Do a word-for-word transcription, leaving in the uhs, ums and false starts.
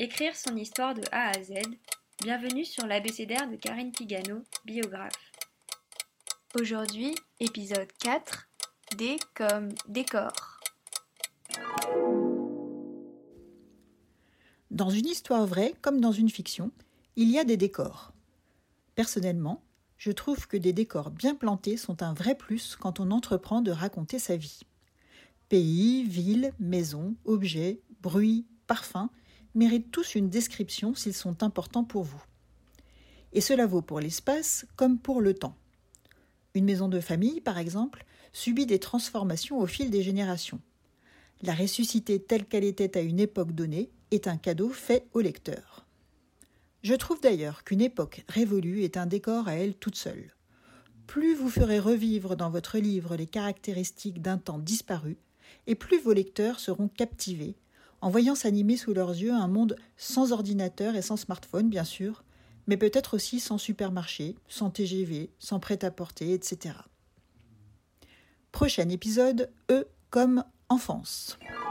Écrire son histoire de A à Z. Bienvenue sur l'abécédaire de Karine Pigano, biographe. Aujourd'hui, épisode quatre, D comme décor. Dans une histoire vraie, comme dans une fiction, il y a des décors. Personnellement, je trouve que des décors bien plantés sont un vrai plus quand on entreprend de raconter sa vie. Pays, villes, maisons, objets, bruits, parfums méritent tous une description s'ils sont importants pour vous. Et cela vaut pour l'espace comme pour le temps. Une maison de famille, par exemple, subit des transformations au fil des générations. La ressusciter telle qu'elle était à une époque donnée est un cadeau fait au lecteur. Je trouve d'ailleurs qu'une époque révolue est un décor à elle toute seule. Plus vous ferez revivre dans votre livre les caractéristiques d'un temps disparu, et plus vos lecteurs seront captivés, en voyant s'animer sous leurs yeux un monde sans ordinateur et sans smartphone, bien sûr, mais peut-être aussi sans supermarché, sans T G V, sans prêt-à-porter, et cetera. Prochain épisode, E comme enfance.